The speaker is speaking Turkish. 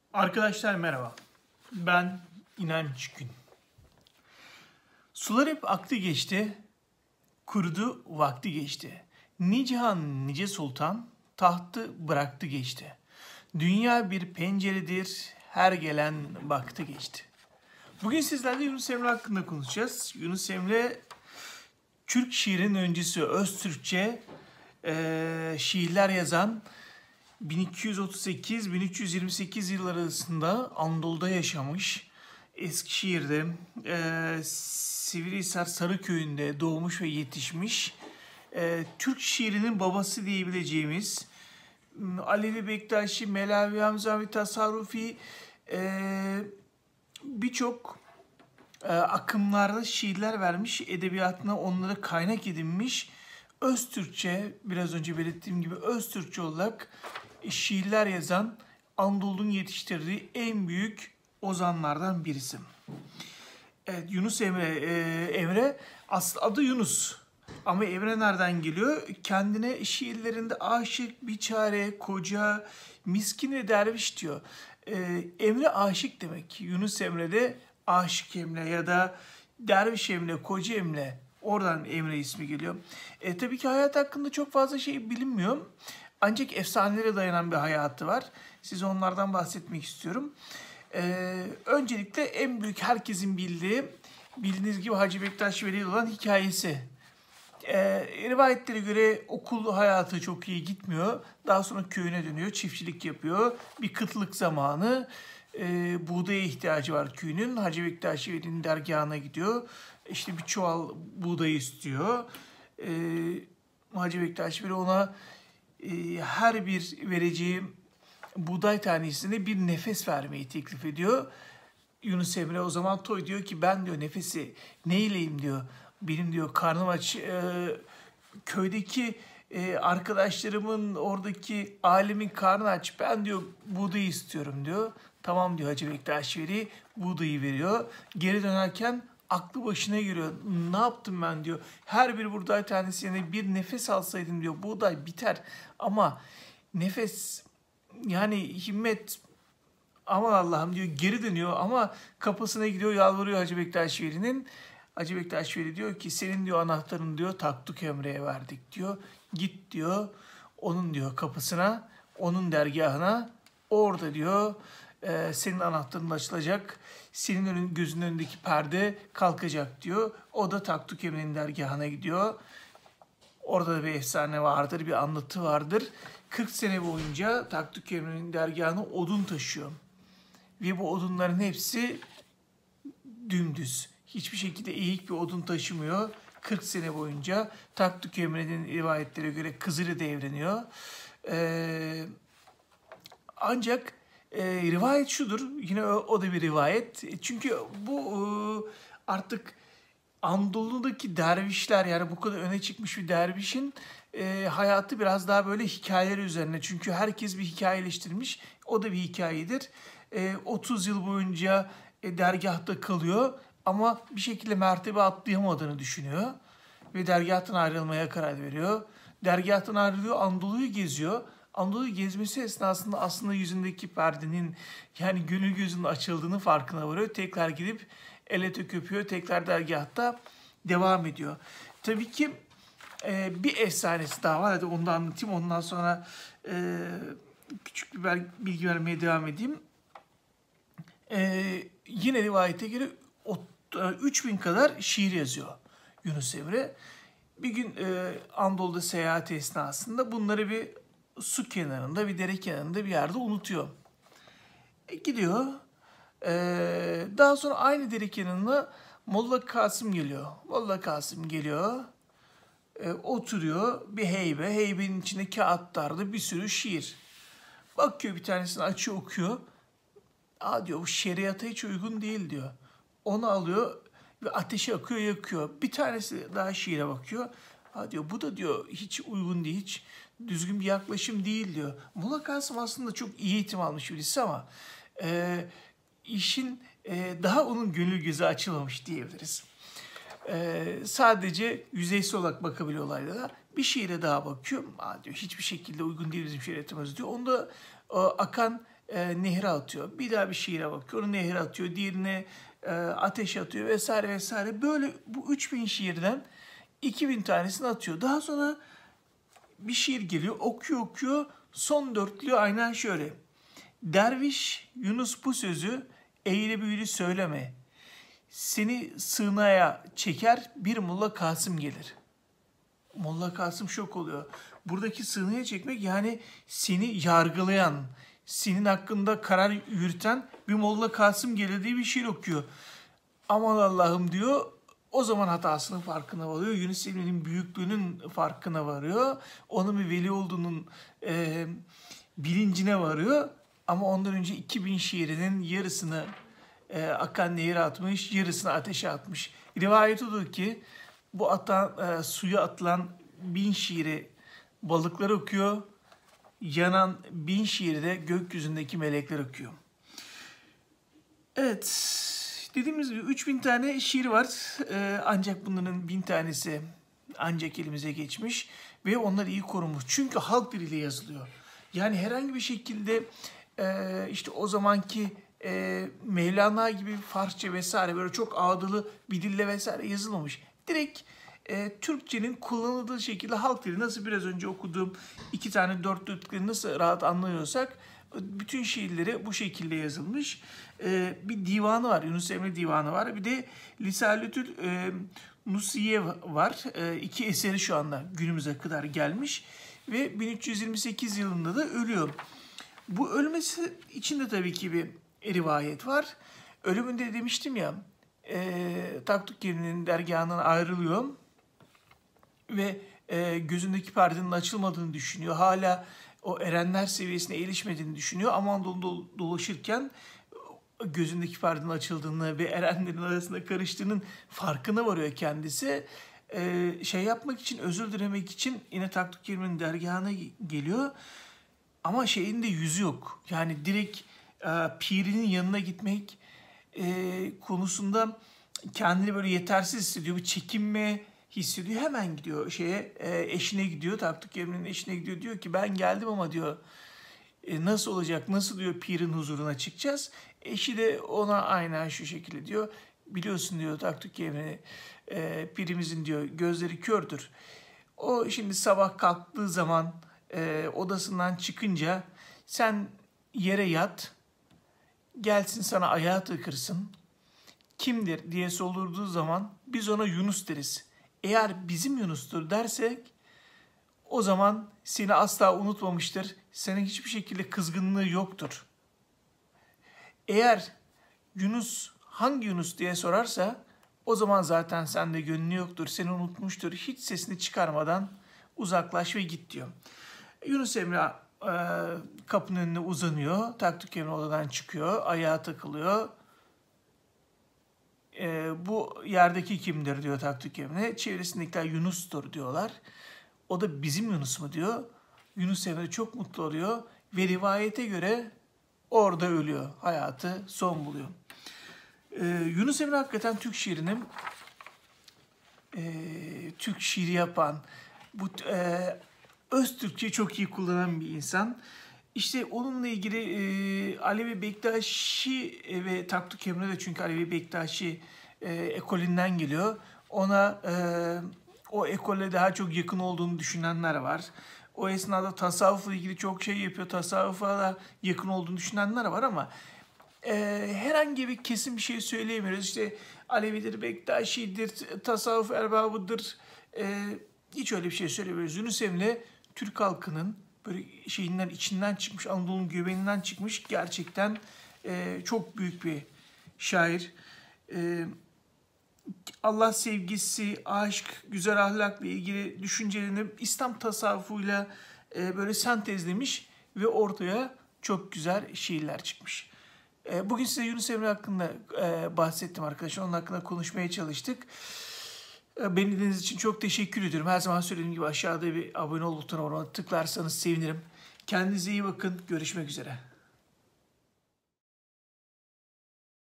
Arkadaşlar merhaba. Ben İnanç Gün. Sular hep aktı geçti, kurudu vakti geçti. Nice han nice sultan, tahtı bıraktı geçti. Dünya bir penceredir, her gelen baktı geçti. Bugün sizlerle Yunus Emre hakkında konuşacağız. Yunus Emre, Türk şiirinin öncüsü, Öztürkçe şiirler yazan 1238-1328 yılları arasında Anadolu'da yaşamış. Eskişehir'de, Sivrihisar Sarıköy'ünde doğmuş ve yetişmiş. Türk şiirinin babası diyebileceğimiz Alevi Bektaşi, Melavi Hamzavi Tasarrufi birçok akımlarda şiirler vermiş, edebiyatına onları kaynak edinmiş. Öztürkçe, biraz önce belirttiğim gibi Öztürkçe olarak şiirler yazan Anadolu'nun yetiştirdiği en büyük ozanlardan birisi. Evet, Yunus Emre asıl adı Yunus. Ama Emre nereden geliyor? Kendine şiirlerinde aşık, biçare, koca, miskin ve derviş diyor. Emre aşık demek. Yunus Emre de aşık Emre ya da derviş Emre, koca Emre. Oradan Emre ismi geliyor. Tabii ki hayat hakkında çok fazla şey bilinmiyor. Ancak efsanelere dayanan bir hayatı var. Size onlardan bahsetmek istiyorum. Öncelikle en büyük herkesin bildiğiniz gibi Hacı Bektaş Veli'de olan hikayesi. Rivayetlere göre okul hayatı çok iyi gitmiyor. Daha sonra köyüne dönüyor, çiftçilik yapıyor. Bir kıtlık zamanı buğdaya ihtiyacı var köyünün. Hacı Bektaş Veli'nin dergahına gidiyor. İşte bir çuval buğdayı istiyor. Hacı Bektaş Veli ona her bir vereceği buğday tanesine bir nefes vermeyi teklif ediyor. Yunus Emre o zaman toy diyor ki ben diyor nefesi neyleyim diyor. Benim diyor karnım aç, köydeki arkadaşlarımın oradaki alemin karnı aç. Ben diyor buğdayı istiyorum diyor. Tamam diyor Hacı Bektaş Veli, buğdayı veriyor. Geri dönerken aklı başına geliyor. Ne yaptım ben diyor. Her bir buğday tanesine bir nefes alsaydım diyor. Buğday biter ama nefes yani himmet aman Allah'ım diyor, geri dönüyor ama kapısına gidiyor, yalvarıyor Hacı Bektaş Veli'nin. Hacı Bektaş Veli diyor ki senin diyor anahtarını diyor Taktuk Emre'ye verdik diyor. Git diyor onun diyor kapısına, onun dergahına, orada diyor senin anahtarın açılacak. Senin gözünün önündeki perde kalkacak diyor. O da Taktuk Emre'nin dergahına gidiyor. Orada da bir efsane vardır, bir anlatı vardır. 40 sene boyunca Taktuk Emre'nin dergahına odun taşıyor. Ve bu odunların hepsi dümdüz. Hiçbir şekilde eğik bir odun taşımıyor. 40 sene boyunca Taktuk Emre'nin rivayetlere göre kızıyla da evleniyor. Ancak rivayet şudur, yine o da bir rivayet. Çünkü bu artık Anadolu'daki dervişler, yani bu kadar öne çıkmış bir dervişin hayatı biraz daha böyle hikayeleri üzerine. Çünkü herkes bir hikayeleştirmiş. O da bir hikayedir. 30 yıl boyunca dergahta kalıyor ama bir şekilde mertebe atlayamadığını düşünüyor. Ve dergahtan ayrılmaya karar veriyor. Dergahtan ayrılıyor, Anadolu'yu geziyor. Anadolu'yu gezmesi esnasında aslında yüzündeki perdenin, yani gönül gözünün açıldığını farkına varıyor. Tekrar gidip el ele öpüyor, tekrar dergahta devam ediyor. Tabii ki bir efsanesi daha var. Hadi onu da anlatayım. Ondan sonra küçük bir bilgi vermeye devam edeyim. Yine rivayete göre 3000 kadar şiir yazıyor Yunus Emre. Bir gün Anadolu'da seyahat esnasında bunları bir su kenarında, bir dere kenarında bir yerde unutuyor. Gidiyor. Daha sonra aynı dere kenarına Molla Kasım geliyor. Molla Kasım geliyor. Oturuyor bir heybe. Heybenin içinde kağıtlarda bir sürü şiir. Bakıyor, bir tanesini açıyor, okuyor. Aa diyor, bu şeriata hiç uygun değil diyor. Onu alıyor ve ateşe akıyor, yakıyor. Bir tanesi daha şiire bakıyor. Ha diyor, bu da diyor hiç uygun değil, hiç düzgün bir yaklaşım değil diyor. Molla Kasım aslında çok iyi eğitim almış birisi ama işin daha onun gönül gözü açılmamış diyebiliriz. Sadece yüzeysel olarak bakabiliyor olaylara. Bir şiire daha bakıyor. Aa diyor, hiçbir şekilde uygun değil bizim şeriatımız diyor. Onda akan nehre atıyor. Bir daha bir şiire bakıyor, onu nehre atıyor. Diğerine ateş atıyor vesaire vesaire. Böyle bu 3000 şiirden 2000 tanesini atıyor. Daha sonra bir şiir geliyor, okuyor. Son dörtlüğü aynen şöyle. Derviş Yunus bu sözü eğri büğrü söyleme. Seni sığınaya çeker bir Molla Kasım gelir. Molla Kasım şok oluyor. Buradaki sığınaya çekmek yani seni yargılayan, senin hakkında karar yürüten bir Molla Kasım gelir diye bir şiir okuyor. Aman Allah'ım diyor. O zaman hatasının farkına varıyor. Yunus Emre'nin büyüklüğünün farkına varıyor. Onun bir veli olduğunun bilincine varıyor. Ama ondan önce 2000 şiirinin yarısını akan nehire atmış, yarısını ateşe atmış. Rivayet odur ki bu suya atılan 1000 şiiri balıklar okuyor. Yanan 1000 şiiri de gökyüzündeki melekler okuyor. Evet, dediğimiz gibi 3000 tane şiir var. Ancak bunların 1000 tanesi ancak elimize geçmiş ve onlar iyi korunmuş. Çünkü halk diliyle yazılıyor. Yani herhangi bir şekilde işte o zamanki Mevlana gibi Farsça vesaire böyle çok ağdalı bir dille vesaire yazılmamış. Direkt Türkçenin kullanıldığı şekilde halk dili nasıl biraz önce okuduğum 2 tane dörtlükleri nasıl rahat anlıyorsak bütün şiirleri bu şekilde yazılmış. Bir divanı var, Yunus Emre divanı var. Bir de Risaletül Nusiye var. 2 eseri şu anda günümüze kadar gelmiş. Ve 1328 yılında da ölüyor. Bu ölmesi için de tabii ki bir rivayet var. Ölümünde demiştim ya, Taktuki'nin dergahından ayrılıyor ve gözündeki perdenin açılmadığını düşünüyor. Hala o erenler seviyesine erişmediğini düşünüyor. Aman dolaşırken gözündeki perdenin açıldığını ve erenlerin arasında karıştığının farkına varıyor kendisi. Şey yapmak için, özür dilemek için yine Taktuki'nin dergahına geliyor. Ama şeyin de yüzü yok. Yani direkt pirinin yanına gitmek konusunda kendini böyle yetersiz hissediyor. Bir çekinme hissediyor. Hemen gidiyor eşine gidiyor. Taktuki'nin eşine gidiyor. Diyor ki ben geldim ama diyor nasıl olacak? Nasıl diyor pirin huzuruna çıkacağız? Eşi de ona aynen şu şekilde diyor. Biliyorsun diyor Taktuki'nin pirimizin diyor gözleri kördür. O şimdi sabah kalktığı zaman odasından çıkınca sen yere yat, gelsin sana ayağı tıkırsın. Kimdir diye sorulduğu zaman biz ona Yunus deriz. Eğer bizim Yunus'tur dersek o zaman seni asla unutmamıştır. Senin hiçbir şekilde kızgınlığı yoktur. Eğer Yunus hangi Yunus diye sorarsa o zaman zaten sende gönlü yoktur. Seni unutmuştur. Hiç sesini çıkarmadan uzaklaş ve git diyor. Yunus Emre kapının önüne uzanıyor. Taktuki odadan çıkıyor. Ayağa takılıyor. Bu yerdeki kimdir diyor Taktuki Emre. Çevresindekiler Yunus'tur diyorlar. O da bizim Yunus mu diyor. Yunus Emre çok mutlu oluyor. Ve rivayete göre orada ölüyor. Hayatı son buluyor. Yunus Emre hakikaten Türk şiirinin Türk şiiri yapan, bu öz Türkçeyi çok iyi kullanan bir insan. İşte onunla ilgili Alevi Bektaşi ve Taktuki Emre de çünkü Alevi Bektaşi ekolünden geliyor. Ona o ekole daha çok yakın olduğunu düşünenler var. O esnada tasavvufla ilgili çok şey yapıyor. Tasavvufa da yakın olduğunu düşünenler var ama herhangi bir kesin bir şey söyleyemiyoruz. İşte Alevidir, Bektaşi'dir, tasavvuf erbabıdır. Hiç öyle bir şey söylemiyoruz. Yunus Emre Türk halkının böyle içinden çıkmış, Anadolu'nun göbeğinden çıkmış gerçekten çok büyük bir şair. Allah sevgisi, aşk, güzel ahlakla ilgili düşüncelerini İslam tasavvufuyla böyle sentezlemiş ve ortaya çok güzel şiirler çıkmış. Bugün size Yunus Emre hakkında bahsettim arkadaşlar. Onun hakkında konuşmaya çalıştık. Beni dinlediğiniz için çok teşekkür ediyorum. Her zaman söylediğim gibi aşağıda bir abone ol butonuna tıklarsanız sevinirim. Kendinize iyi bakın. Görüşmek üzere.